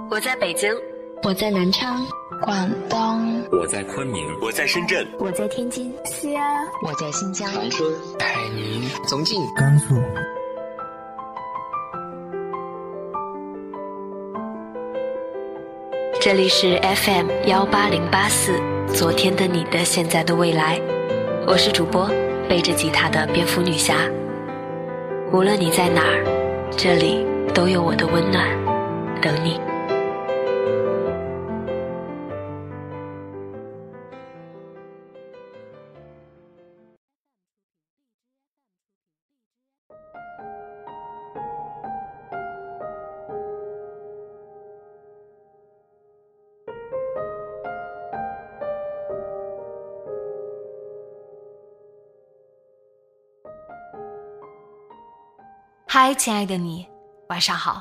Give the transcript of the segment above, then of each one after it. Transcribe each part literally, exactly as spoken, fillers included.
我在北京， 我在南昌， 广东， 我在昆明， 我在深圳， 我在天津， 西安， 我在新疆， 长春， 海宁， 重庆， 甘肃。 这里是 F M 一八零八四，昨天的你的现在的未来，我是主播背着吉他的蝙蝠女侠。无论你在哪儿，这里都有我的温暖等你。 嗨，亲爱的你，晚上好。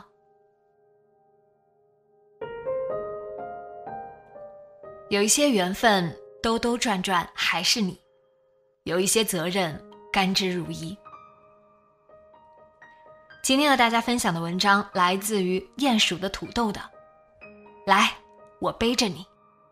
有一些缘分兜兜转转还是你，有一些责任甘之如饴。今天和大家分享的文章来自于鼹鼠的土豆的，来，我背着你。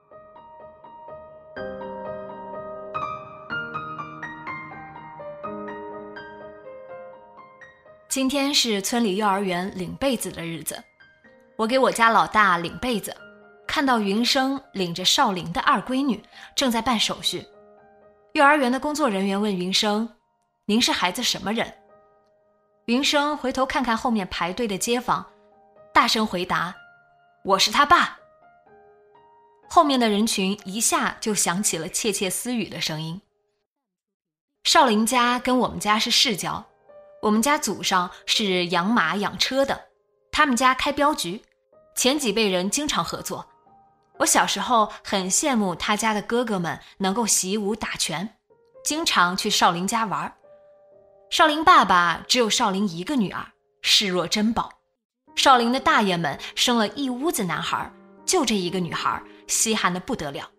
今天是村里幼儿园领被子的日子，我给我家老大领被子，看到云生领着少林的二闺女正在办手续。幼儿园的工作人员问云生：“您是孩子什么人？”云生回头看看后面排队的街坊，大声回答：“我是他爸。”后面的人群一下就响起了窃窃私语的声音。少林家跟我们家是世交，我们家祖上是养马养车的，他们家开镖局，前几辈人经常合作。我小时候很羡慕他家的哥哥们能够习武打拳，经常去少林家玩。少林爸爸只有少林一个女儿，视若珍宝。少林的大爷们生了一屋子男孩，就这一个女孩，稀罕得不得了。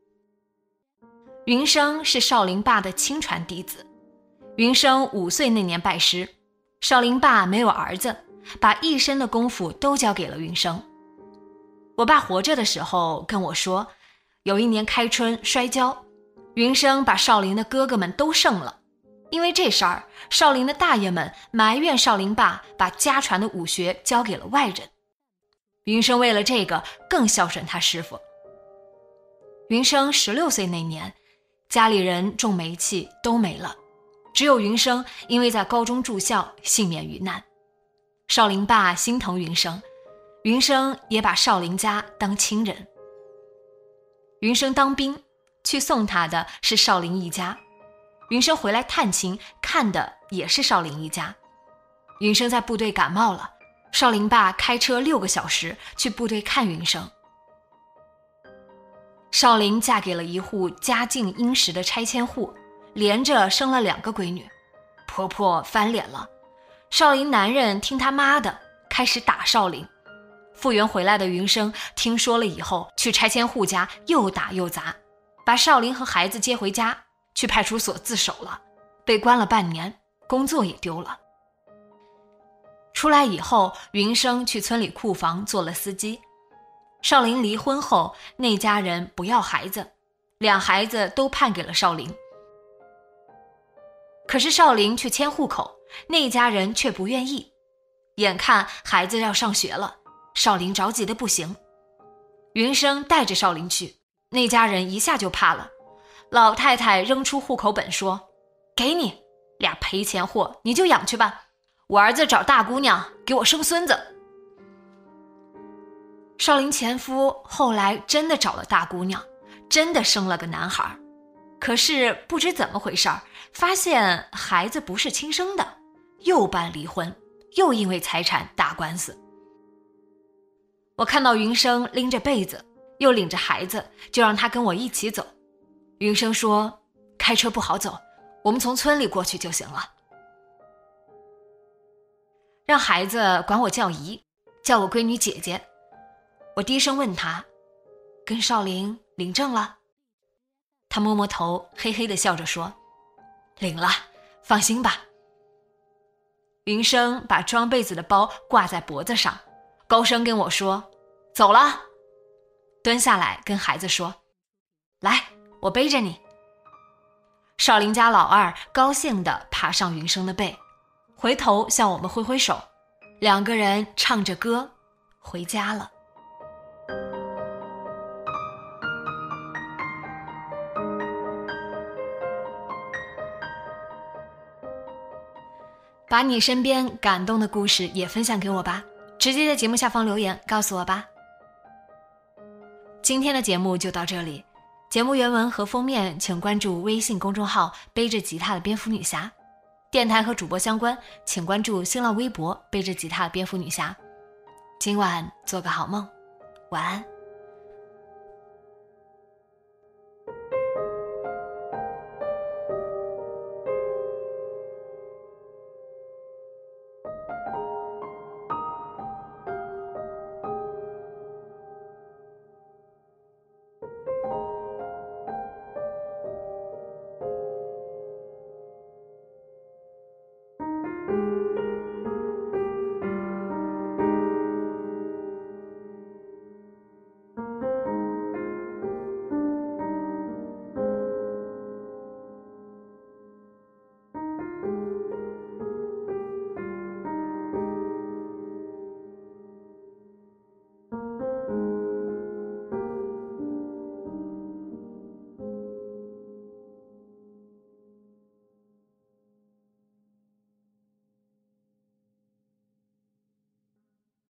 云生是少林爸的亲传弟子。云生五岁那年拜师，少林爸没有儿子，把一身的功夫都交给了云生。我爸活着的时候跟我说，有一年开春摔跤，云生把少林的哥哥们都胜了。因为这事儿，少林的大爷们埋怨少林爸把家传的武学交给了外人。云生为了这个更孝顺他师傅。云生十六岁那年，家里人中煤气都没了，只有云生因为在高中住校幸免于难。少林爸心疼云生，云生也把少林家当亲人。云生当兵，去送他的是少林一家。云生回来探亲，看的也是少林一家。云生在部队感冒了，少林爸开车六个小时去部队看云生。少林嫁给了一户家境殷实的拆迁户，连着生了两个闺女，婆婆翻脸了，少林男人听他妈的，开始打少林。复员回来的云生听说了以后，去拆迁户家又打又砸，把少林和孩子接回家，去派出所自首了，被关了半年，工作也丢了。出来以后，云生去村里库房做了司机。少林离婚后，那家人不要孩子，两孩子都判给了少林。可是少林去迁户口，那家人却不愿意。眼看孩子要上学了，少林着急的不行。云生带着少林去，那家人一下就怕了。老太太扔出户口本说：“给你俩赔钱货，你就养去吧。我儿子找大姑娘给我生孙子。”少林前夫后来真的找了大姑娘，真的生了个男孩。可是不知怎么回事，发现孩子不是亲生的，又办离婚，又因为财产打官司。我看到云生拎着被子，又领着孩子，就让他跟我一起走。云生说：“开车不好走，我们从村里过去就行了。”让孩子管我叫姨，叫我闺女姐姐。我低声问他：“跟少林领证了？”他摸摸头，嘿嘿地笑着说：“领了，放心吧。”云生把装被子的包挂在脖子上，高声跟我说：“ 走了，蹲下来跟孩子说，来，我背着你。少林家老二高兴地爬上云生的背，回头向我们挥挥手，两个人唱着歌回家了。把你身边感动的故事也分享给我吧，直接在节目下方留言告诉我吧。今天的节目就到这里，节目原文和封面请关注微信公众号背着吉他的蝙蝠女侠，电台和主播相关请关注新浪微博背着吉他的蝙蝠女侠。今晚做个好梦，晚安。